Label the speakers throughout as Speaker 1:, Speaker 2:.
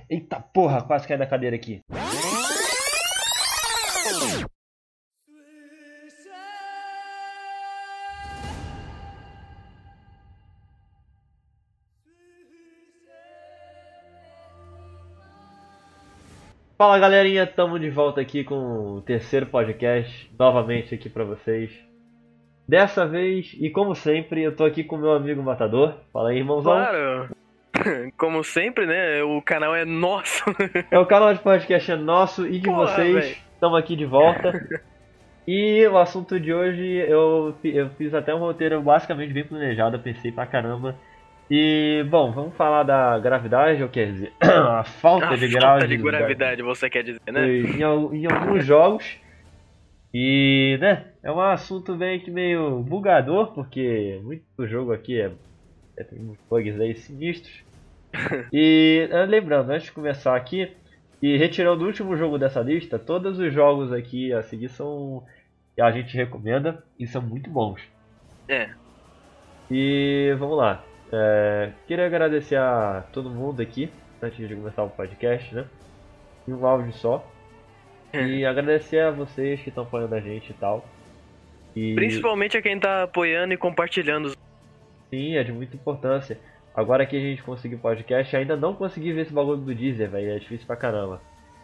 Speaker 1: Eita porra, quase caí da cadeira aqui. Fala galerinha, tamo de volta aqui com o terceiro podcast, novamente aqui pra vocês. Dessa vez, e como sempre, eu tô aqui com o meu amigo Matador. Fala aí, irmãozão.
Speaker 2: Claro, como sempre, né? O canal é nosso.
Speaker 1: É, o canal de podcast é nosso e de vocês. Estamos aqui de volta. E o assunto de hoje, eu fiz até um roteiro basicamente bem planejado, eu pensei pra caramba. E, bom, vamos falar da gravidade, ou quer dizer, a falta de
Speaker 2: gravidade, você quer dizer, né?
Speaker 1: Em alguns jogos. E, né, é um assunto meio bugador, porque muito do jogo aqui tem uns bugs aí sinistros. E, lembrando, antes de começar aqui, e retirando o último jogo dessa lista, todos os jogos aqui a seguir são que a gente recomenda e são muito bons.
Speaker 2: É.
Speaker 1: E vamos lá. Queria agradecer a todo mundo aqui, antes de começar o podcast, né? Em um áudio só. E agradecer a vocês que estão apoiando a gente e tal.
Speaker 2: Principalmente a quem tá apoiando e compartilhando.
Speaker 1: Sim, é de muita importância. Agora que a gente conseguiu o podcast, ainda não consegui ver esse bagulho do Deezer, velho. É difícil pra caramba.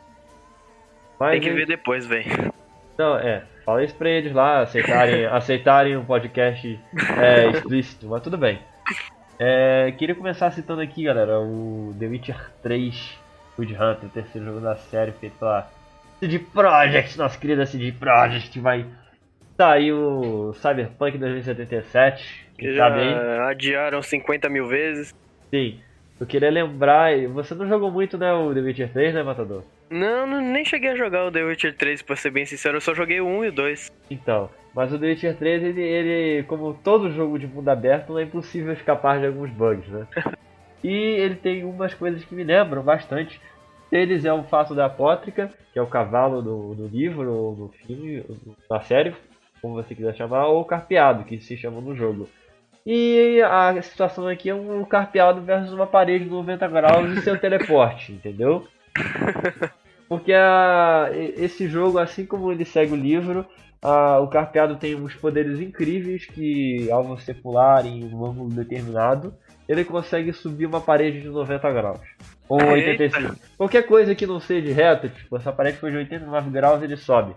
Speaker 1: Mas
Speaker 2: tem que ver depois, velho.
Speaker 1: Não, fala isso pra eles lá, aceitarem um podcast explícito, mas tudo bem. Queria começar citando aqui, galera, o The Witcher 3 Wild Hunter, o terceiro jogo da série feito pela CD Projekt, nossa querida CD Projekt. Vai sair o Cyberpunk 2077,
Speaker 2: que
Speaker 1: já
Speaker 2: sabe aí? Adiaram 50 mil vezes.
Speaker 1: Sim, eu queria lembrar, você não jogou muito, né, o The Witcher 3, né, Matador?
Speaker 2: Não, nem cheguei a jogar o The Witcher 3, pra ser bem sincero, eu só joguei o 1 e o 2.
Speaker 1: Então, mas o The Witcher 3, ele como todo jogo de mundo aberto, não é impossível escapar de alguns bugs, né? E ele tem umas coisas que me lembram bastante. Eles é o fato da Apótrica, que é o cavalo do livro, ou no filme, na série, como você quiser chamar, ou o Carpeado, que se chama no jogo. E a situação aqui é um Carpeado versus uma parede de 90 graus e seu teleporte, entendeu? Porque esse jogo, assim como ele segue o livro, o Carpeado tem uns poderes incríveis que, ao você pular em um ângulo determinado, ele consegue subir uma parede de 90 graus. Ou 85. Qualquer coisa que não seja reta, tipo, essa parede foi de 89 graus, ele sobe.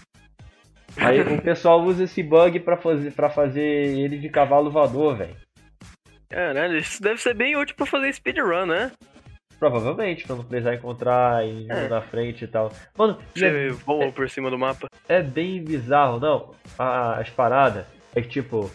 Speaker 1: Aí o pessoal usa esse bug pra fazer ele de cavalo voador, velho.
Speaker 2: Caralho, isso deve ser bem útil pra fazer speedrun, né?
Speaker 1: Provavelmente, pra não precisar encontrar na frente e tal. Mano,
Speaker 2: você voa por cima do mapa.
Speaker 1: É bem bizarro, não. As paradas é que, tipo,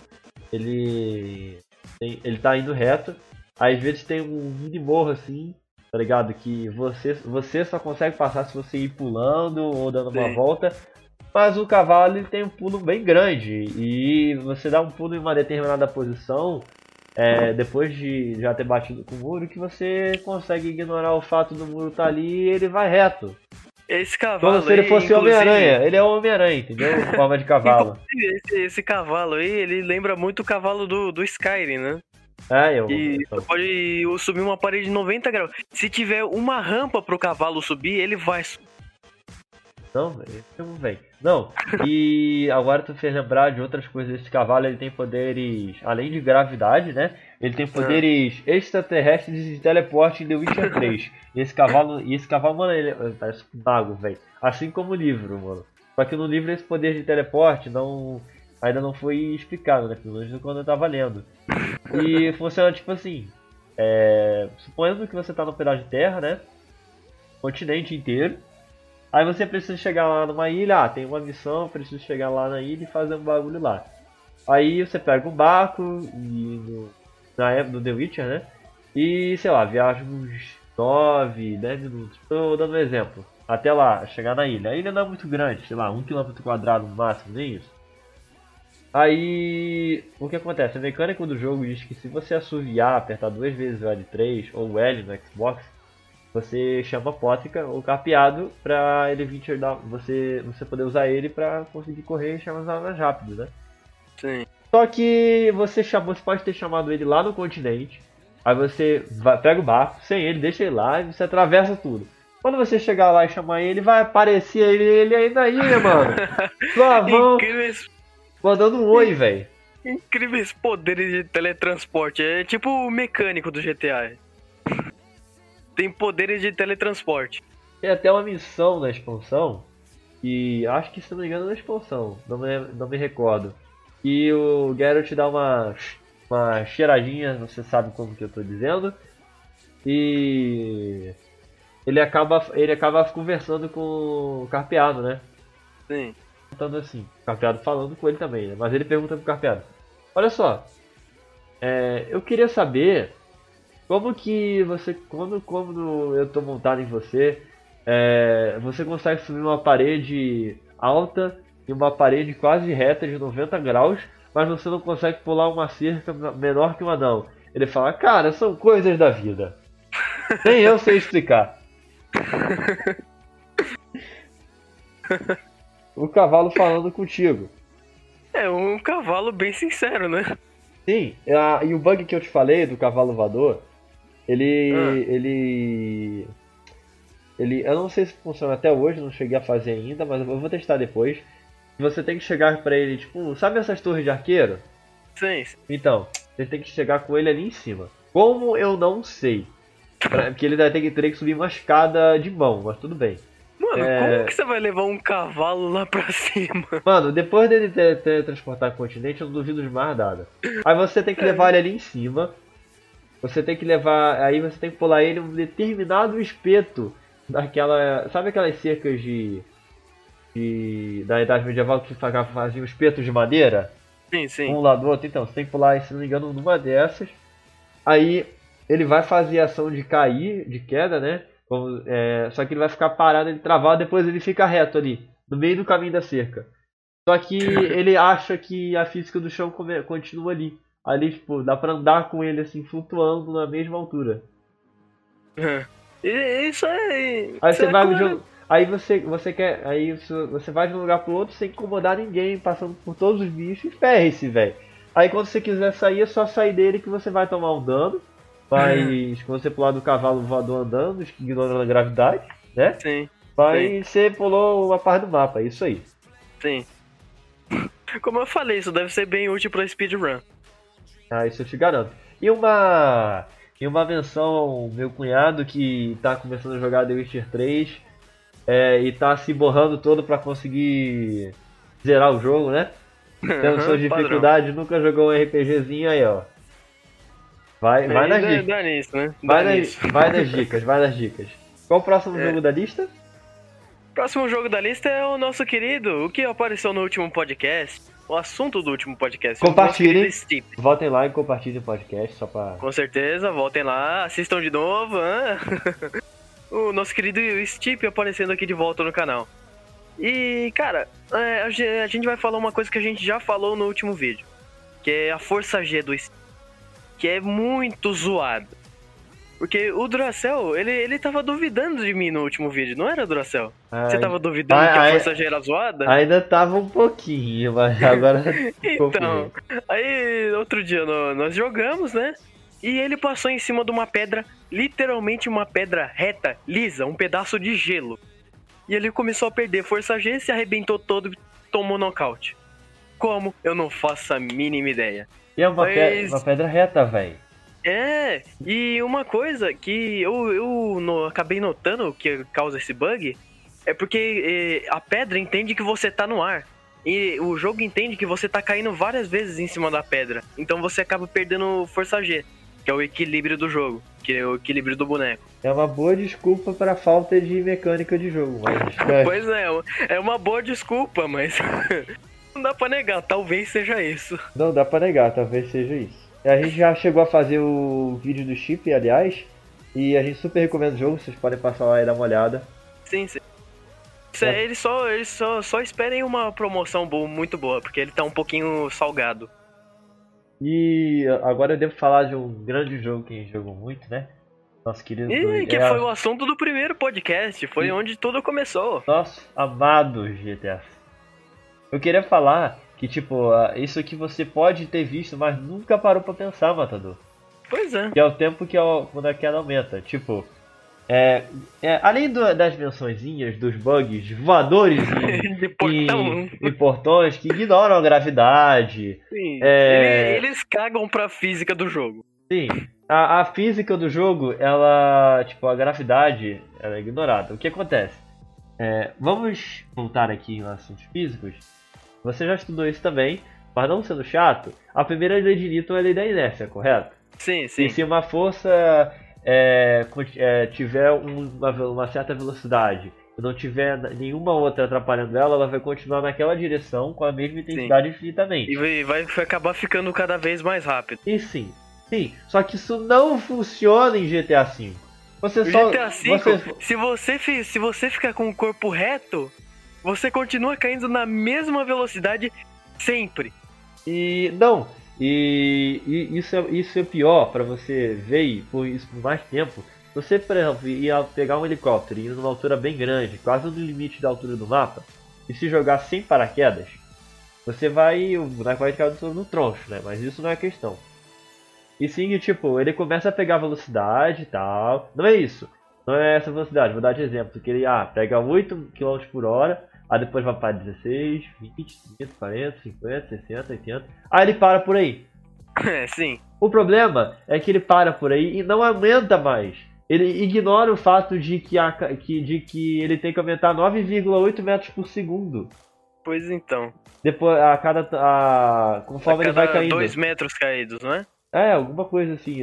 Speaker 1: ele tá indo reto, aí às vezes tem um mini morro assim, tá ligado? Que você só consegue passar se você ir pulando ou dando uma volta. Mas o cavalo ele tem um pulo bem grande e você dá um pulo em uma determinada posição, depois de já ter batido com o muro, que você consegue ignorar o fato do muro estar ali e ele vai reto.
Speaker 2: Esse cavalo
Speaker 1: como se ele fosse Homem-Aranha. Ele é o Homem-Aranha, entendeu? Em forma de cavalo.
Speaker 2: Esse cavalo aí, ele lembra muito o cavalo do Skyrim, né? E você pode subir uma parede de 90 graus. Se tiver uma rampa pro cavalo subir, ele vai subir.
Speaker 1: Não, velho. Não, e agora tu fez lembrar de outras coisas. Esse cavalo ele tem poderes, além de gravidade, né? Ele tem poderes extraterrestres de teleporte em The Witcher 3. E esse cavalo, mano, ele parece um mago, velho. Assim como o livro, mano. Só que no livro esse poder de teleporte ainda não foi explicado, né? Pelo menos quando eu tava lendo. E funciona tipo assim. Suponhando que você tá num pedaço de terra, né? Continente inteiro. Aí você precisa chegar lá numa ilha, tem uma missão, preciso chegar lá na ilha e fazer um bagulho lá. Aí você pega um barco, na época do The Witcher, né? E, sei lá, viaja uns 9, 10 minutos. Tô dando um exemplo. Até lá, chegar na ilha. A ilha não é muito grande, sei lá, 1 km² no máximo, nem isso. Aí, o que acontece? A mecânica do jogo diz que se você assoviar, apertar 2 vezes o L3 ou o L no Xbox, você chama a Apótrica ou Carpeado pra ele vir te ajudar, você poder usar ele pra conseguir correr e chamar mais rápido, né?
Speaker 2: Sim.
Speaker 1: Só que você pode ter chamado ele lá no continente, Aí você pega o barco sem ele, deixa ele lá e você atravessa tudo. Quando você chegar lá e chamar ele, vai aparecer ele ainda aí, mano. Suavão. Incríveis. Mandando um oi, velho.
Speaker 2: Incríveis poderes de teletransporte. É tipo o mecânico do GTA. Tem poderes de teletransporte.
Speaker 1: Tem até uma missão na expansão. E acho que, se não me engano, na expansão. Não me recordo. E o Geralt dá uma cheiradinha, você sabe como que eu tô dizendo. E ele acaba conversando com o Carpeado, né?
Speaker 2: Sim.
Speaker 1: Perguntando assim, o Carpeado falando com ele também, né? Mas ele pergunta pro Carpeado: olha só, eu queria saber como que você, quando eu tô montado em você, você consegue subir uma parede alta e uma parede quase reta de 90 graus, mas você não consegue pular uma cerca menor que um anão. Ele fala: cara, são coisas da vida. Nem eu sei explicar. O cavalo falando contigo.
Speaker 2: É um cavalo bem sincero, né?
Speaker 1: Sim, e o bug que eu te falei do cavalo voador, ele, eu não sei se funciona até hoje, não cheguei a fazer ainda, mas eu vou testar depois. Você tem que chegar pra ele, tipo, sabe essas torres de arqueiro?
Speaker 2: Sim.
Speaker 1: Então, você tem que chegar com ele ali em cima. Como eu não sei, porque ele teria que subir uma escada de mão, mas tudo bem.
Speaker 2: Mano, como que você vai levar um cavalo lá pra cima?
Speaker 1: Mano, depois dele transportar o continente, eu não duvido de mais nada. Aí você tem que levar ele ali em cima. Você tem que levar. Aí você tem que pular ele um determinado espeto daquela. Sabe aquelas cercas da Idade Medieval que faziam espetos de madeira?
Speaker 2: Sim.
Speaker 1: Um lado do outro. Então, você tem que pular, se não me engano, numa dessas. Aí ele vai fazer a ação de cair, de queda, né? Só que ele vai ficar parado, ele travado, depois ele fica reto ali, no meio do caminho da cerca. Só que ele acha que a física do chão continua ali. Ali, tipo, dá pra andar com ele assim, flutuando na mesma altura.
Speaker 2: Isso aí.
Speaker 1: Aí você vai Aí você quer. Aí você vai de um lugar pro outro sem incomodar ninguém, passando por todos os bichos e ferre-se, velho. Aí quando você quiser sair, é só sair dele que você vai tomar um dano. Mas quando você pular do cavalo voador andando, ignorando a gravidade, né?
Speaker 2: Sim.
Speaker 1: Você pulou uma parte do mapa, é isso aí.
Speaker 2: Sim. Como eu falei, isso deve ser bem útil pra speedrun.
Speaker 1: Ah, isso eu te garanto. E uma menção ao meu cunhado que tá começando a jogar The Witcher 3 e tá se borrando todo pra conseguir zerar o jogo, né? Tendo suas dificuldades, nunca jogou um RPGzinho aí, ó. Vai nas dicas.
Speaker 2: Dá nisso, né?
Speaker 1: Vai nas dicas. Qual o próximo jogo da lista?
Speaker 2: Próximo jogo da lista é o nosso querido, o que apareceu no último podcast, o assunto do último podcast.
Speaker 1: Compartilhem, voltem lá e compartilhem o podcast, só pra...
Speaker 2: Com certeza, voltem lá, assistam de novo, o nosso querido Steep aparecendo aqui de volta no canal. E, cara, a gente vai falar uma coisa que a gente já falou no último vídeo, que é a Força G do Steep, que é muito zoado. Porque o Duracell, ele tava duvidando de mim no último vídeo, não era, Duracell? Você tava duvidando que a Força G era zoada?
Speaker 1: Ainda tava um pouquinho, mas agora...
Speaker 2: Então, aí outro dia nós jogamos, né? E ele passou em cima de uma pedra, literalmente uma pedra reta, lisa, um pedaço de gelo. E ele começou a perder Força G, se arrebentou todo e tomou nocaute. Como? Eu não faço a mínima ideia.
Speaker 1: E é uma pedra reta, velho.
Speaker 2: E uma coisa que eu acabei notando que causa esse bug é porque a pedra entende que você tá no ar. E o jogo entende que você tá caindo várias vezes em cima da pedra. Então você acaba perdendo Força G, que é o equilíbrio do jogo, que é o equilíbrio do boneco.
Speaker 1: É uma boa desculpa para a falta de mecânica de jogo, mas...
Speaker 2: Pois é uma boa desculpa, mas não dá pra negar, talvez seja isso.
Speaker 1: Não dá pra negar, talvez seja isso. A gente já chegou a fazer o vídeo do chip, aliás, e a gente super recomenda o jogo, vocês podem passar lá e dar uma olhada.
Speaker 2: Sim. Eles só esperem uma promoção muito boa, porque ele tá um pouquinho salgado.
Speaker 1: E agora eu devo falar de um grande jogo que a gente jogou muito, né? Nosso querido...
Speaker 2: foi o assunto do primeiro podcast, foi onde tudo começou.
Speaker 1: Nosso amado GTA. Eu queria falar que, tipo, isso que você pode ter visto, mas nunca parou pra pensar, Matador.
Speaker 2: Pois é.
Speaker 1: Que é o tempo quando a queda aumenta. Tipo, além das mençõezinhas, dos bugs voadores
Speaker 2: De portão.
Speaker 1: em portões que ignoram a gravidade.
Speaker 2: Sim. Eles cagam pra física do jogo.
Speaker 1: Sim, a física do jogo, ela, tipo, a gravidade, ela é ignorada. O que acontece? Vamos voltar aqui em assuntos físicos. Você já estudou isso também, mas não sendo chato, a primeira lei de Newton é a lei da inércia, correto?
Speaker 2: Sim, sim.
Speaker 1: E se uma força tiver uma certa velocidade e não tiver nenhuma outra atrapalhando ela, ela vai continuar naquela direção com a mesma intensidade infinitamente.
Speaker 2: E vai acabar ficando cada vez mais rápido.
Speaker 1: E sim, só que isso não funciona em GTA V.
Speaker 2: GTA V, se você ficar com o corpo reto, você continua caindo na mesma velocidade sempre.
Speaker 1: E isso é pior pra você ver por mais tempo. Você, por exemplo, ia pegar um helicóptero e ir numa altura bem grande, quase no limite da altura do mapa, e se jogar sem paraquedas, você vai cair no troncho, né? Mas isso não é a questão. E sim, tipo, ele começa a pegar velocidade e tal. Não é isso. Não é essa velocidade. Vou dar de exemplo. Que ele pega 8 km por hora. Aí depois vai para 16, 20, 30, 40, 50, 60, 80. Aí ele para por aí.
Speaker 2: Sim.
Speaker 1: O problema é que ele para por aí e não aumenta mais. Ele ignora o fato de que ele tem que aumentar 9,8 metros por segundo.
Speaker 2: Pois então.
Speaker 1: Depois, conforme ele vai caindo.
Speaker 2: 2 metros caídos, não é?
Speaker 1: Alguma coisa assim.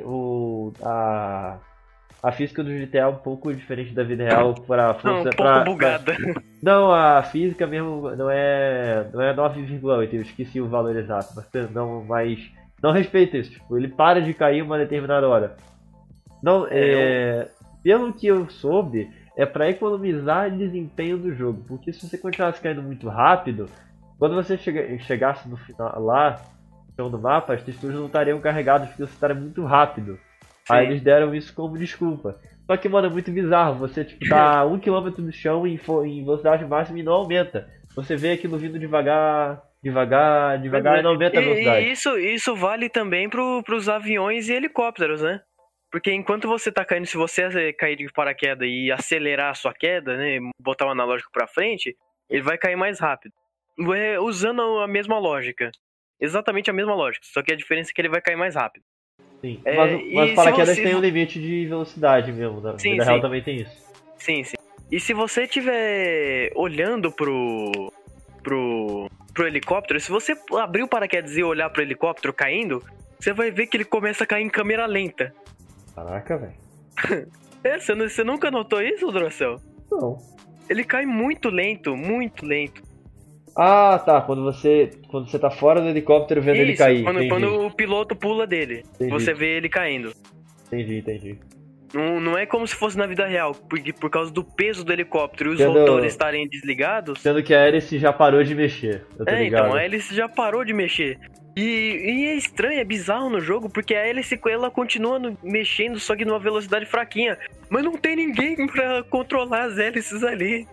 Speaker 1: A física do GTA é um pouco diferente da vida real para força.
Speaker 2: Um pouco bugada.
Speaker 1: Não, a física mesmo não é 9,8, eu esqueci o valor exato, mas não respeita isso. Tipo, ele para de cair uma determinada hora. Não, pelo que eu soube, é para economizar desempenho do jogo, porque se você continuasse caindo muito rápido, quando você chegasse no final lá do mapa, as texturas não estariam carregadas porque você estaria muito rápido. Sim. Aí eles deram isso como desculpa. Só que, mano, é muito bizarro. Você, tipo, tá a 1 km do chão em velocidade máxima e não aumenta. Você vê aquilo vindo devagar e não aumenta a velocidade.
Speaker 2: E isso vale também pros aviões e helicópteros, né? Porque enquanto você tá caindo, se você cair de paraquedas e acelerar a sua queda, né, botar o analógico pra frente, ele vai cair mais rápido. Usando a mesma lógica. Exatamente a mesma lógica, só que a diferença é que ele vai cair mais rápido.
Speaker 1: Sim, mas os paraquedas têm um limite de velocidade mesmo, na vida real também tem isso.
Speaker 2: Sim. E se você estiver olhando pro helicóptero, se você abrir o paraquedas e olhar pro helicóptero caindo, você vai ver que ele começa a cair em câmera lenta.
Speaker 1: Caraca, velho.
Speaker 2: Você nunca notou isso, Drocel?
Speaker 1: Não.
Speaker 2: Ele cai muito lento, muito lento.
Speaker 1: Ah, tá. Quando você tá fora do helicóptero vendo ele cair.
Speaker 2: Quando o piloto pula dele, você vê ele caindo.
Speaker 1: Entendi.
Speaker 2: Não é como se fosse na vida real, porque por causa do peso do helicóptero e os motores estarem desligados.
Speaker 1: Sendo que a hélice já parou de mexer.
Speaker 2: Então a hélice já parou de mexer. E é estranho, é bizarro no jogo, porque a hélice ela continua mexendo, só que numa velocidade fraquinha. Mas não tem ninguém pra controlar as hélices ali.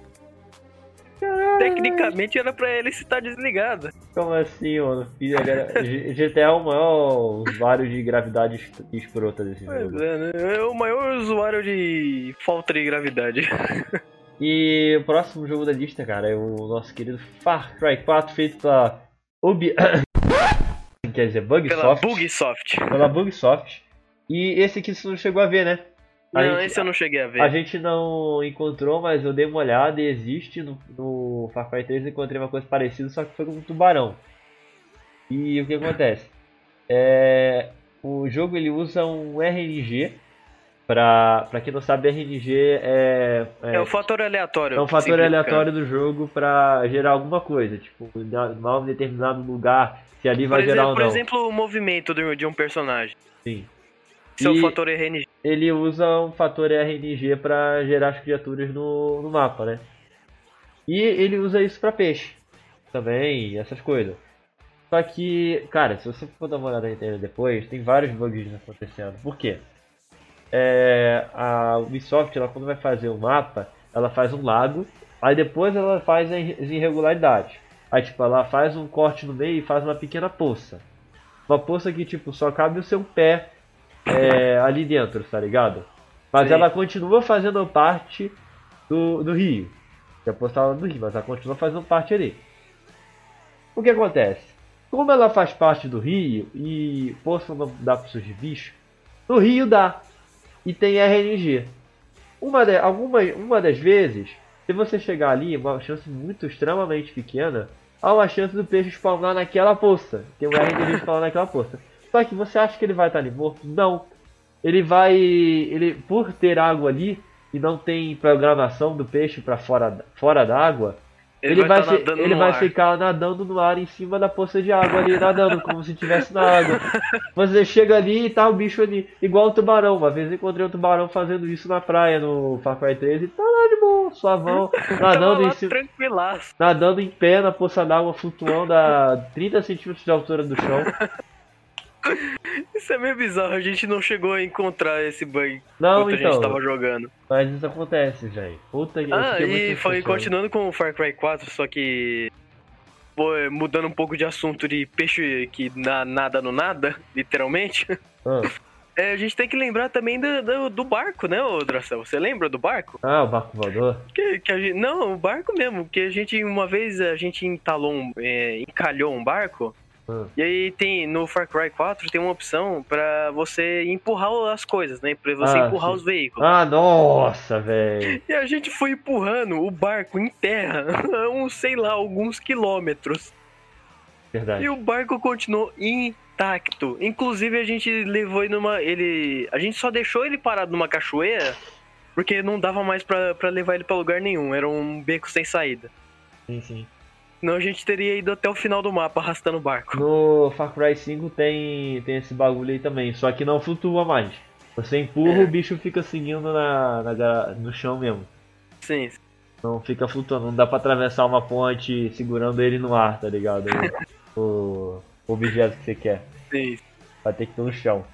Speaker 2: Tecnicamente era pra hélice estar desligada.
Speaker 1: Como assim, mano? GTA é o maior usuário de gravidade escrota desse jogo.
Speaker 2: É o maior usuário de falta de gravidade.
Speaker 1: E o próximo jogo da lista, cara, é o nosso querido Far Cry 4, feito pela quer dizer, Bugsoft. Pela Bugsoft. E esse aqui você não chegou a ver, né?
Speaker 2: Esse eu não cheguei a ver.
Speaker 1: A gente não encontrou, mas eu dei uma olhada e existe no Far Cry 3. Eu encontrei uma coisa parecida, só que foi com um tubarão. E o que acontece? O jogo ele usa um RNG. Pra quem não sabe, RNG
Speaker 2: é um fator aleatório.
Speaker 1: É um fator aleatório do jogo pra gerar alguma coisa. Tipo, em um determinado lugar, se ali vai gerar ou não.
Speaker 2: Por exemplo, o movimento de um personagem.
Speaker 1: Sim.
Speaker 2: Esse é o fator RNG.
Speaker 1: Ele usa um fator RNG pra gerar as criaturas no mapa, né? E ele usa isso pra peixe também, essas coisas. Só que, cara, se você for dar uma olhada na internet depois, tem vários bugs acontecendo. Por quê? A Ubisoft, ela, quando vai fazer o mapa, ela faz um lago, aí depois ela faz as irregularidades. Aí, tipo, ela faz um corte no meio e faz uma pequena poça. Uma poça que, tipo, só cabe o seu pé ali dentro, tá ligado? Mas
Speaker 2: Sim.
Speaker 1: ela continua fazendo parte do rio. Que a poça tá lá do rio, mas ela continua fazendo parte ali. O que acontece? Como ela faz parte do rio e poça não dá pra surgir bicho, no rio dá. E tem RNG. Uma das vezes, se você chegar ali, uma chance muito extremamente pequena, há uma chance do peixe spawnar naquela poça. Tem um RNG spawnar naquela poça. Só que você acha que ele vai estar ali morto? Não. Ele vai. Ele, por ter água ali e não tem programação do peixe para fora d'água,
Speaker 2: Ele vai estar nadando
Speaker 1: ele
Speaker 2: no
Speaker 1: vai
Speaker 2: ar.
Speaker 1: ficar nadando no ar em cima da poça de água ali, nadando, como se estivesse na água. Você chega ali e tá o bicho ali, igual o tubarão. Uma vez eu encontrei um tubarão fazendo isso na praia no Far Cry 3 e tá lá de boa, suavão,
Speaker 2: Tava
Speaker 1: nadando em
Speaker 2: lá
Speaker 1: cima,
Speaker 2: tranquilaço.
Speaker 1: nadando em pé na poça d'água, flutuando a 30 centímetros de altura do chão.
Speaker 2: Isso é meio bizarro, a gente não chegou a encontrar esse bug
Speaker 1: Não,
Speaker 2: enquanto a gente
Speaker 1: então,
Speaker 2: tava jogando.
Speaker 1: mas isso acontece, velho. Puta que eu
Speaker 2: Ah,
Speaker 1: fiquei muito
Speaker 2: e foi
Speaker 1: frustrado.
Speaker 2: continuando com o Far Cry 4, só que pô, mudando um pouco de assunto de peixe que nada no nada, literalmente.
Speaker 1: Ah,
Speaker 2: A gente tem que lembrar também do barco, né, ô Dracel? Você lembra do barco?
Speaker 1: o barco voador?
Speaker 2: Que a gente, não, o barco mesmo, que a gente, uma vez, a gente encalhou um barco,
Speaker 1: Ah,
Speaker 2: e aí tem, no Far Cry 4 tem uma opção pra você empurrar as coisas, né, pra você empurrar
Speaker 1: sim.
Speaker 2: os veículos.
Speaker 1: Ah, nossa, velho.
Speaker 2: E a gente foi empurrando o barco em terra, sei lá, alguns quilômetros.
Speaker 1: Verdade.
Speaker 2: E o barco continuou intacto. Inclusive a gente levou ele a gente só deixou ele parado numa cachoeira porque não dava mais pra levar ele pra lugar nenhum. Era um beco sem saída.
Speaker 1: Sim, sim.
Speaker 2: Senão a gente teria ido até o final do mapa arrastando o barco.
Speaker 1: No Far Cry 5 tem esse bagulho aí também, só que não flutua mais. Você empurra, o bicho fica seguindo no chão mesmo.
Speaker 2: Sim.
Speaker 1: Não fica flutuando, não dá pra atravessar uma ponte segurando ele no ar, tá ligado? O objeto que você quer.
Speaker 2: Sim.
Speaker 1: Vai ter que ir no chão.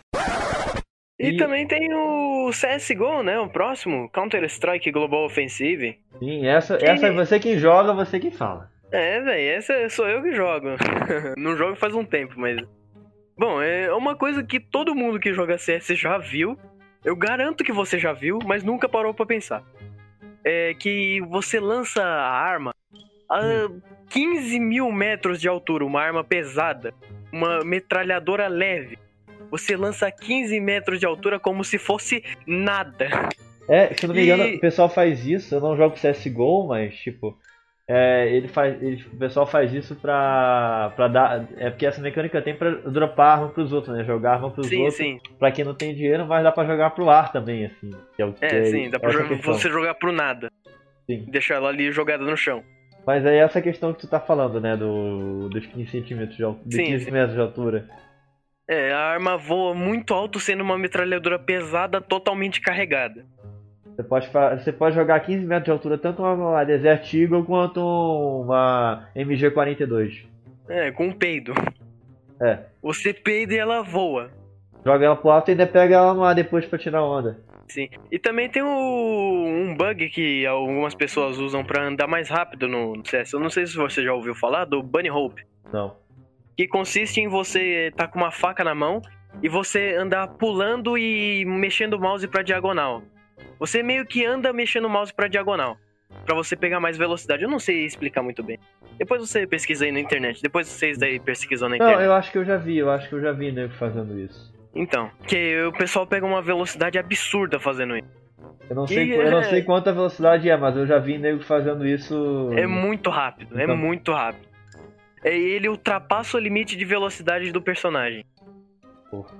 Speaker 2: E também tem o CSGO, né? O próximo, Counter-Strike Global Offensive.
Speaker 1: Sim, essa é você quem joga, você quem fala.
Speaker 2: Velho, essa sou eu que jogo. Não jogo faz um tempo, mas... Bom, é uma coisa que todo mundo que joga CS já viu. Eu garanto que você já viu, mas nunca parou pra pensar. É que você lança a arma a 15 mil metros de altura, uma arma pesada, uma metralhadora leve. Você lança a 15 metros de altura como se fosse nada.
Speaker 1: Se eu não me engano, o pessoal faz isso, eu não jogo CSGO, mas tipo... o pessoal faz isso pra dar. É porque essa mecânica tem pra dropar arma pros outros, né? Jogar arma pros outros.
Speaker 2: Sim.
Speaker 1: Pra quem não tem dinheiro, mas dá pra jogar pro ar também, assim.
Speaker 2: Sim, dá pra você jogar pro nada.
Speaker 1: Sim.
Speaker 2: Deixar ela ali jogada no chão.
Speaker 1: Mas aí essa questão que tu tá falando, né? Dos 15 centímetros de altura. 15 metros de altura.
Speaker 2: A arma voa muito alto sendo uma metralhadora pesada totalmente carregada.
Speaker 1: Você pode jogar 15 metros de altura, tanto uma Desert Eagle quanto uma MG42.
Speaker 2: Com um peido. Você peida e ela voa.
Speaker 1: Joga ela pro alto e ainda pega ela no ar depois pra tirar onda.
Speaker 2: Sim. E também tem um bug que algumas pessoas usam pra andar mais rápido no CS. Eu não sei se você já ouviu falar do Bunny Hope.
Speaker 1: Não.
Speaker 2: Que consiste em você estar com uma faca na mão e você andar pulando e mexendo o mouse pra diagonal. Você meio que anda mexendo o mouse pra diagonal, pra você pegar mais velocidade. Eu não sei explicar muito bem. Depois você pesquisa aí na internet. Depois vocês daí pesquisam na internet.
Speaker 1: Não, eu acho que eu já vi nego fazendo isso.
Speaker 2: Então, que o pessoal pega uma velocidade absurda fazendo isso.
Speaker 1: Eu não sei quanta velocidade é, mas eu já vi nego fazendo isso.
Speaker 2: É muito rápido,
Speaker 1: então...
Speaker 2: é muito rápido. Ele ultrapassa o limite de velocidade do personagem.
Speaker 1: Porra.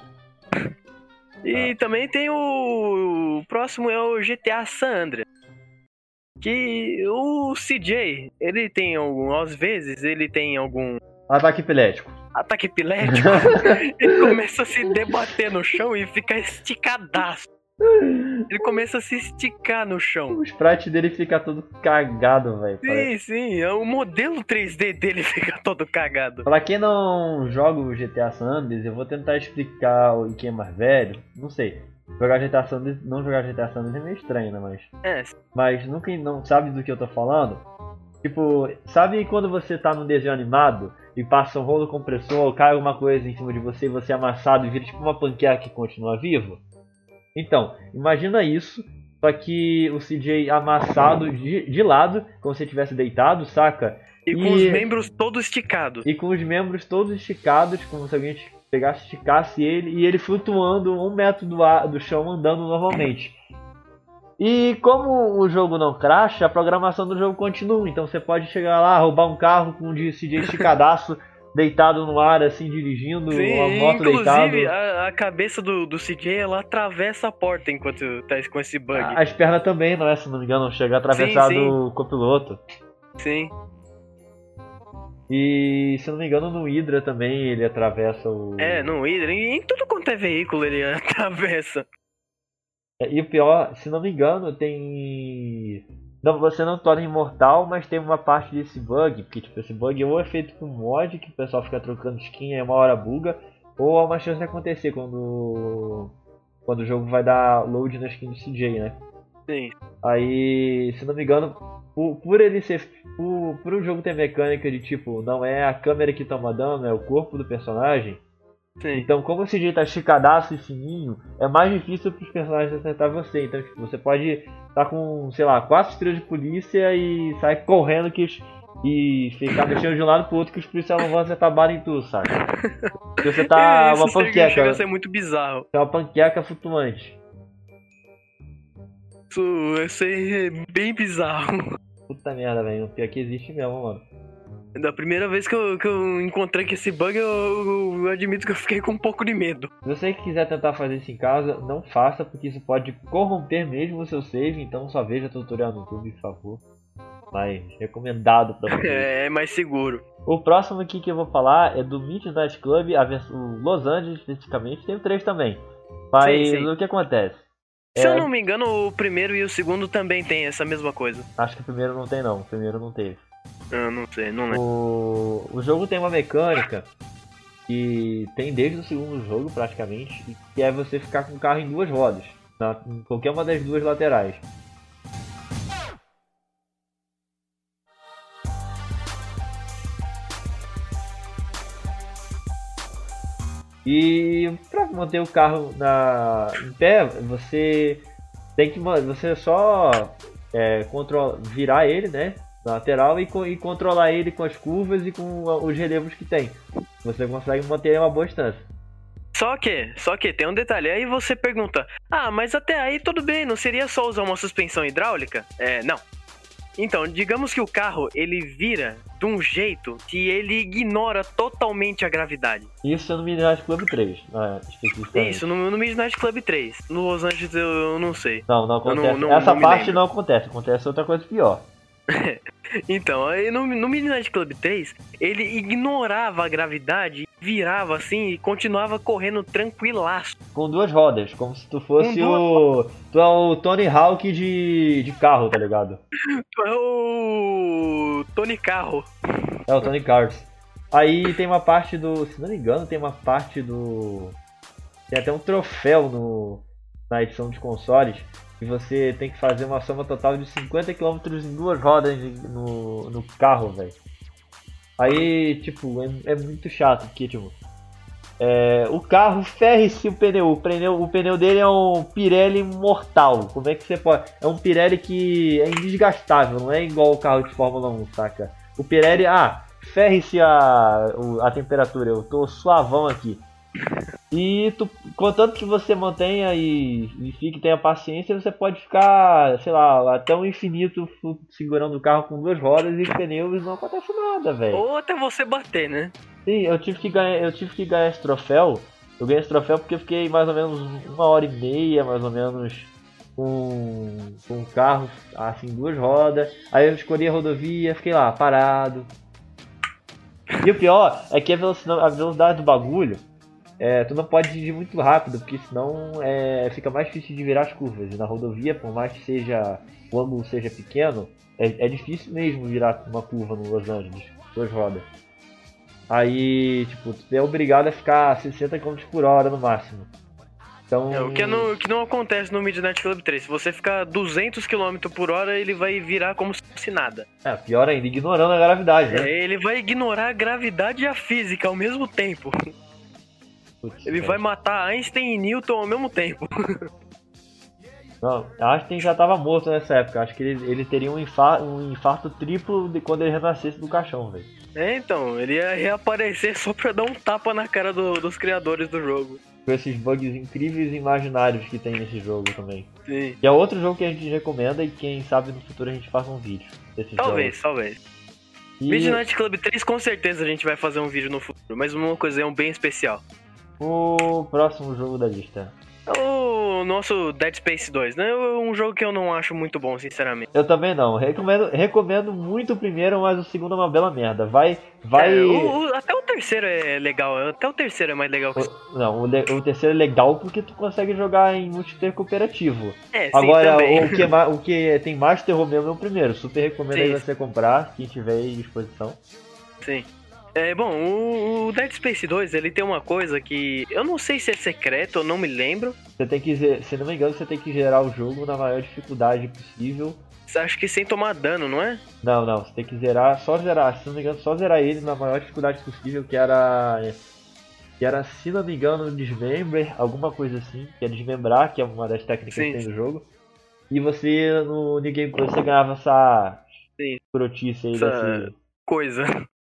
Speaker 2: E também tem o próximo é o GTA San Andreas. Que o CJ, ele tem às vezes, ele tem algum...
Speaker 1: Ataque epilético.
Speaker 2: Ataque epilético. Ele começa a se debater no chão e fica esticadaço. Ele começa a se esticar no chão.
Speaker 1: O sprite dele fica todo cagado, velho.
Speaker 2: Sim, o modelo 3D dele fica todo cagado.
Speaker 1: Pra quem não joga o GTA San Andreas, eu vou tentar explicar em quem é mais velho. Não sei. Jogar GTA San Andreas, não jogar GTA San Andreas é meio estranho, né? Mas nunca não sabe do que eu tô falando. Tipo, sabe quando você tá num desenho animado e passa um rolo compressor ou cai alguma coisa em cima de você e você é amassado e vira tipo uma panqueca que continua vivo? Então, imagina isso, só que o CJ amassado de lado, como se estivesse deitado, saca?
Speaker 2: E com os membros todos esticados.
Speaker 1: E com os membros todos esticados, como se alguém pegasse, esticasse ele, e ele flutuando 1 metro do chão, andando normalmente. E como o jogo não crasha, a programação do jogo continua. Então você pode chegar lá, roubar um carro com um CJ esticadaço, deitado no ar, assim, dirigindo uma moto deitado.
Speaker 2: Inclusive, a cabeça do CJ, ela atravessa a porta enquanto tá com esse bug.
Speaker 1: As pernas também, não é? Se não me engano, chega a atravessar do copiloto.
Speaker 2: Sim.
Speaker 1: E, se não me engano, no Hydra também ele atravessa o...
Speaker 2: No Hydra. Em tudo quanto é veículo ele atravessa.
Speaker 1: E o pior, se não me engano, tem... Não, você não torna imortal, mas tem uma parte desse bug, porque tipo, esse bug ou é feito com mod, que o pessoal fica trocando skin e uma hora buga, ou há uma chance de acontecer quando o jogo vai dar load na skin do CJ, né?
Speaker 2: Sim.
Speaker 1: Aí, se não me engano, por ele ser... Por o jogo ter mecânica de tipo, não é a câmera que toma dano, é o corpo do personagem.
Speaker 2: Sim.
Speaker 1: Então, como o CJ tá esticadaço e fininho, é mais difícil para os personagens acertar você. Então, tipo, você pode estar com, sei lá, 4 estrelas de polícia e sair correndo e ficar mexendo de um lado pro outro que os policiais não vão acertar bala em tu, sabe? Porque você tá uma panqueca.
Speaker 2: Chega a ser muito bizarro.
Speaker 1: É uma panqueca flutuante.
Speaker 2: Isso é bem bizarro.
Speaker 1: Puta merda, velho. O pior que existe mesmo, mano.
Speaker 2: Da primeira vez que eu encontrei com esse bug, eu admito que eu fiquei com um pouco de medo.
Speaker 1: Se você quiser tentar fazer isso em casa, não faça, porque isso pode corromper mesmo o seu save, então só veja tutorial no YouTube, por favor. Mas recomendado pra você.
Speaker 2: É mais seguro.
Speaker 1: O próximo aqui que eu vou falar é do Midnight Club, o Los Angeles especificamente, tem o 3 também. Mas
Speaker 2: sim.
Speaker 1: O que acontece?
Speaker 2: Se eu não me engano, o primeiro e o segundo também tem essa mesma coisa.
Speaker 1: Acho que o primeiro não tem não, o primeiro não teve.
Speaker 2: Eu não sei, não lembro.
Speaker 1: O jogo tem uma mecânica que tem desde o segundo jogo praticamente, que é você ficar com o carro em 2 rodas, em qualquer uma das 2 laterais. E para manter o carro em pé, você tem que só virar ele, né, na lateral e controlar ele com as curvas e com os relevos que tem. Você consegue manter uma boa distância.
Speaker 2: Só que tem um detalhe, aí você pergunta: mas até aí tudo bem, não seria só usar uma suspensão hidráulica? Não. Então, digamos que o carro, ele vira de um jeito que ele ignora totalmente a gravidade.
Speaker 1: Isso é no Midnight Club 3, especificamente.
Speaker 2: Isso, no Midnight Club 3. No Los Angeles eu não sei.
Speaker 1: Não acontece. Essa parte não acontece, acontece outra coisa pior.
Speaker 2: Então, aí no Midnight Club 3, ele ignorava a gravidade, virava assim e continuava correndo tranquilaço.
Speaker 1: Com 2 rodas, como se tu fosse Tu é o Tony Hawk de carro, tá ligado?
Speaker 2: Tu é o Tony Carro.
Speaker 1: É o Tony Cars. Aí tem uma parte se não me engano, tem uma parte tem até um troféu na edição de consoles. E você tem que fazer uma soma total de 50 km em 2 rodas no carro, velho. Aí, tipo, é muito chato, porque, tipo... o carro ferre-se o pneu. O pneu dele é um Pirelli mortal. Como é que você pode... É um Pirelli que é indesgastável, não é igual o carro de Fórmula 1, saca? O Pirelli... ferre-se a temperatura. Eu tô suavão aqui. E contanto que você mantenha e tenha paciência, você pode ficar, sei lá, até o infinito segurando o carro com 2 rodas e pneus e não acontece nada, velho.
Speaker 2: Ou até você bater, né?
Speaker 1: Sim, eu tive que ganhar esse troféu. Eu ganhei esse troféu porque eu fiquei mais ou menos 1h30, mais ou menos, com um carro, assim, 2 rodas. Aí eu escolhi a rodovia, fiquei lá, parado. E o pior é que a velocidade do bagulho... tu não pode dirigir muito rápido, porque senão fica mais difícil de virar as curvas. E na rodovia, por mais que o ângulo seja pequeno, é difícil mesmo virar uma curva no Los Angeles, 2 rodas. Aí, tipo, tu é obrigado a ficar 60 km por hora no máximo. Então...
Speaker 2: O que não acontece no Midnight Club 3. Se você ficar 200 km por hora, ele vai virar como se fosse nada.
Speaker 1: Pior ainda, ignorando a gravidade, né?
Speaker 2: Ele vai ignorar a gravidade e a física ao mesmo tempo.
Speaker 1: Putz,
Speaker 2: Ele vai matar Einstein e Newton ao mesmo tempo.
Speaker 1: Não, Einstein já tava morto nessa época. Acho que ele teria um infarto triplo de quando ele renascesse do caixão, velho.
Speaker 2: Então, ele ia reaparecer só pra dar um tapa na cara dos criadores do jogo.
Speaker 1: Com esses bugs incríveis e imaginários que tem nesse jogo também.
Speaker 2: Sim.
Speaker 1: E é outro jogo que a gente recomenda e quem sabe no futuro a gente faça um vídeo desses
Speaker 2: Talvez.
Speaker 1: E
Speaker 2: Midnight Club 3 com certeza a gente vai fazer um vídeo no futuro, mas uma ocasião bem especial.
Speaker 1: o próximo jogo da lista.
Speaker 2: O nosso Dead Space 2, né? Um jogo que eu não acho muito bom, sinceramente.
Speaker 1: Eu também não. Recomendo muito o primeiro, mas o segundo é uma bela merda. Vai.
Speaker 2: Até o terceiro é legal. Até o terceiro é mais legal que
Speaker 1: O terceiro é legal porque tu consegue jogar em multiplayer cooperativo.
Speaker 2: sim,
Speaker 1: Agora,
Speaker 2: também.
Speaker 1: o que tem mais terror mesmo é o primeiro. Super recomendo aí você comprar, quem tiver em disposição.
Speaker 2: Sim. Bom, o Dead Space 2, ele tem uma coisa que eu não sei se é secreto, eu não me lembro.
Speaker 1: Você tem que, se não me engano, você tem que gerar o jogo na maior dificuldade possível.
Speaker 2: Acho que sem tomar dano, não é?
Speaker 1: Não, você tem que só zerar, se não me engano, só zerar ele na maior dificuldade possível, que era, se não me engano, Dismember, alguma coisa assim, que é desmembrar, que é uma das técnicas que tem no jogo. E você, no New Game Plus, você ganhava essa brotice aí desse...
Speaker 2: coisa.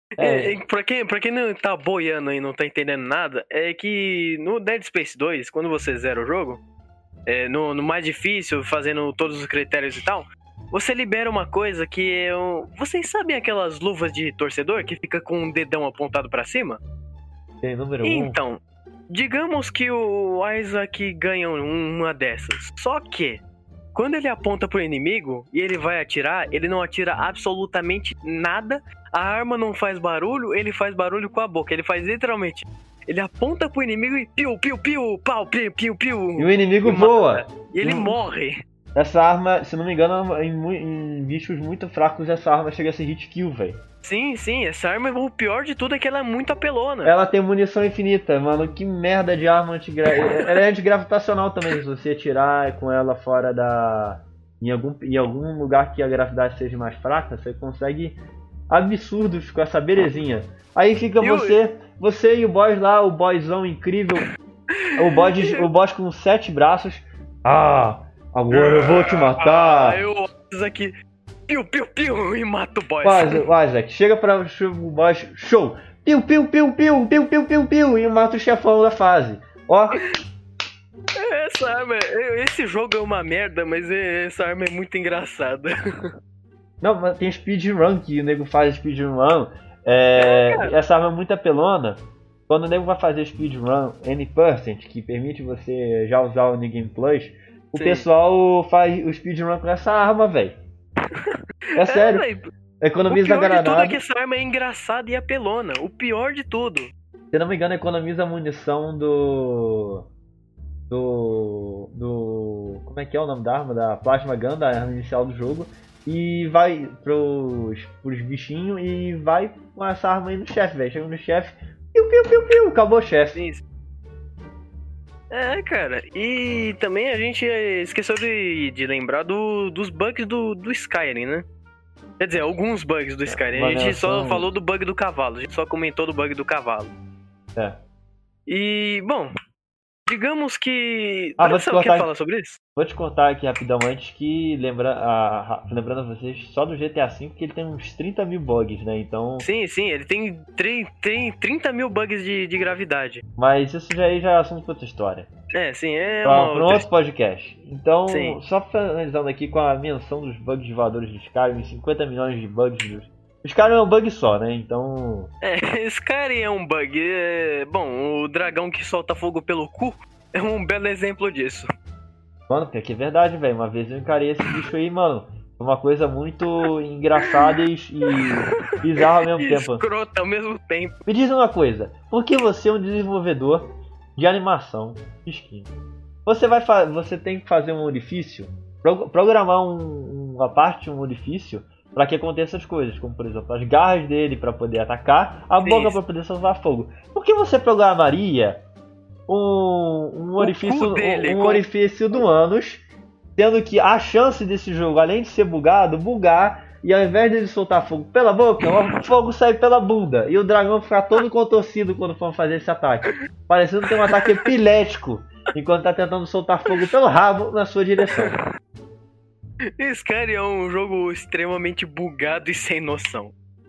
Speaker 2: Pra quem não tá boiando e não tá entendendo nada, é que no Dead Space 2, quando você zera o jogo, no mais difícil, fazendo todos os critérios e tal, você libera uma coisa que é... Vocês sabem aquelas luvas de torcedor que fica com um dedão apontado pra cima?
Speaker 1: Tem número 1.
Speaker 2: Então, digamos que o Isaac ganha uma dessas. Só que, quando ele aponta pro inimigo e ele vai atirar, ele não atira absolutamente nada. A arma não faz barulho, ele faz barulho com a boca. Ele faz literalmente... Ele aponta pro inimigo e piu, piu, piu, pau, piu, piu, piu.
Speaker 1: E o inimigo voa.
Speaker 2: E ele morre.
Speaker 1: Essa arma, se não me engano, em bichos muito fracos, essa arma chega a ser hit kill, velho.
Speaker 2: Sim, essa arma, o pior de tudo é que ela é muito apelona.
Speaker 1: Ela tem munição infinita, mano. Que merda de arma ela é antigravitacional também, se você atirar com ela fora da... Em algum lugar que a gravidade seja mais fraca, você consegue absurdos com essa belezinha. Aí fica você e o boss lá, o boszão incrível, o boss com 7 braços. Agora eu vou te matar.
Speaker 2: Eu aqui, piu, piu, piu, e mato o boss.
Speaker 1: O Isaac chega pra o boss, show, piu, piu, piu, piu, piu, piu, piu, piu, e mata o chefão da fase. Ó.
Speaker 2: Essa arma, esse jogo é uma merda, mas essa arma é muito engraçada.
Speaker 1: Não, mas tem speedrun que o nego faz speedrun. Essa arma é muito apelona. Quando o nego vai fazer speedrun N%, que permite você já usar o New Game Plus, o pessoal faz o speedrun com essa arma, velho. É sério. Economiza a granada.
Speaker 2: O pior de tudo é que essa arma é engraçada e apelona. O pior de tudo.
Speaker 1: Se não me engano, economiza a munição do... Como é que é o nome da arma? Da Plasma Gun, da arma inicial do jogo. E vai pros bichinhos e vai com essa arma aí no chefe, velho. Chega no chefe, piu, piu, piu, piu, acabou o chefe.
Speaker 2: Cara, e também a gente esqueceu de lembrar dos bugs do Skyrim, né? Quer dizer, alguns bugs do Skyrim. A gente só falou do bug do cavalo, a gente só comentou do bug do cavalo. E, bom, digamos que... Você quer falar sobre isso?
Speaker 1: Vou te contar aqui rapidão antes que, lembrando a vocês, só do GTA V que ele tem uns 30 mil bugs, né? Então...
Speaker 2: Sim, ele tem 30 mil bugs de gravidade.
Speaker 1: Mas isso já é assunto para outra história.
Speaker 2: Para
Speaker 1: um outro podcast. Então, só finalizando aqui com a menção dos bugs voadores do Skyrim, 50 milhões de bugs O Skyrim é um bug só, né? Então...
Speaker 2: Skyrim é um bug. Bom, o dragão que solta fogo pelo cu é um belo exemplo disso.
Speaker 1: Mano, porque é verdade, velho. Uma vez eu encarei esse bicho aí, mano. Foi uma coisa muito engraçada e bizarra ao mesmo tempo.
Speaker 2: Escrota ao mesmo tempo.
Speaker 1: Me diz uma coisa. Por que você é um desenvolvedor de animação de skin? Você tem que fazer um orifício, programar uma parte de um orifício para que aconteça as coisas, como por exemplo as garras dele para poder atacar, a boca para poder soltar fogo. Por que você programaria um
Speaker 2: cu dele,
Speaker 1: orifício do ânus, sendo que a chance desse jogo, além de ser bugado, bugar, e ao invés dele soltar fogo pela boca, o fogo sai pela bunda, e o dragão ficar todo contorcido quando for fazer esse ataque, parecendo ter um ataque epilético, enquanto tá tentando soltar fogo pelo rabo na sua direção.
Speaker 2: Skyrim é um jogo extremamente bugado e sem noção.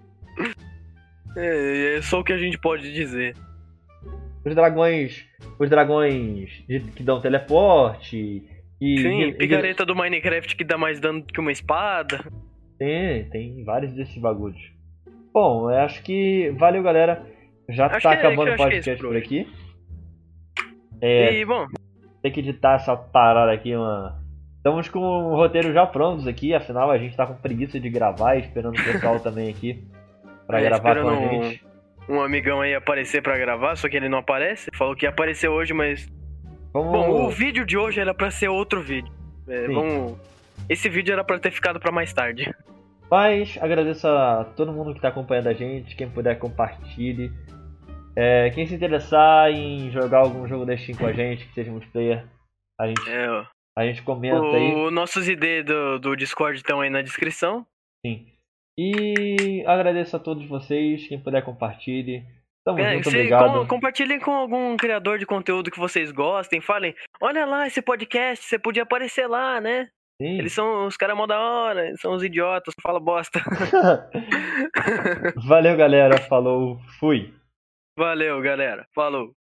Speaker 2: É só o que a gente pode dizer.
Speaker 1: Os dragões que dão teleporte.
Speaker 2: Sim, picareta do Minecraft que dá mais dano que uma espada.
Speaker 1: Tem vários desses bagulhos. Bom, eu acho que valeu, galera. Já tá acabando o podcast por aqui.
Speaker 2: E, bom,
Speaker 1: tem que editar essa parada aqui. Estamos com o roteiro já prontos aqui. Afinal, a gente tá com preguiça de gravar, esperando o pessoal também aqui pra gravar com a gente.
Speaker 2: Um amigão aí aparecer pra gravar, só que ele não aparece. Falou que ia aparecer hoje, mas... Bom, o vídeo de hoje era pra ser outro vídeo. Esse vídeo era pra ter ficado pra mais tarde.
Speaker 1: Mas agradeço a todo mundo que tá acompanhando a gente. Quem puder, compartilhe. Quem se interessar em jogar algum jogo da Steam com a gente, que seja multiplayer, a gente comenta aí.
Speaker 2: Os nossos ID do Discord estão aí na descrição.
Speaker 1: Sim. E agradeço a todos vocês. Quem puder, compartilhe. Tamo junto, obrigado.
Speaker 2: Compartilhem com algum criador de conteúdo que vocês gostem. Falem, olha lá esse podcast, você podia aparecer lá, né? Sim. Eles são os caras mó da hora, eles são os idiotas, fala bosta.
Speaker 1: Valeu, galera. Falou, fui.
Speaker 2: Valeu, galera. Falou.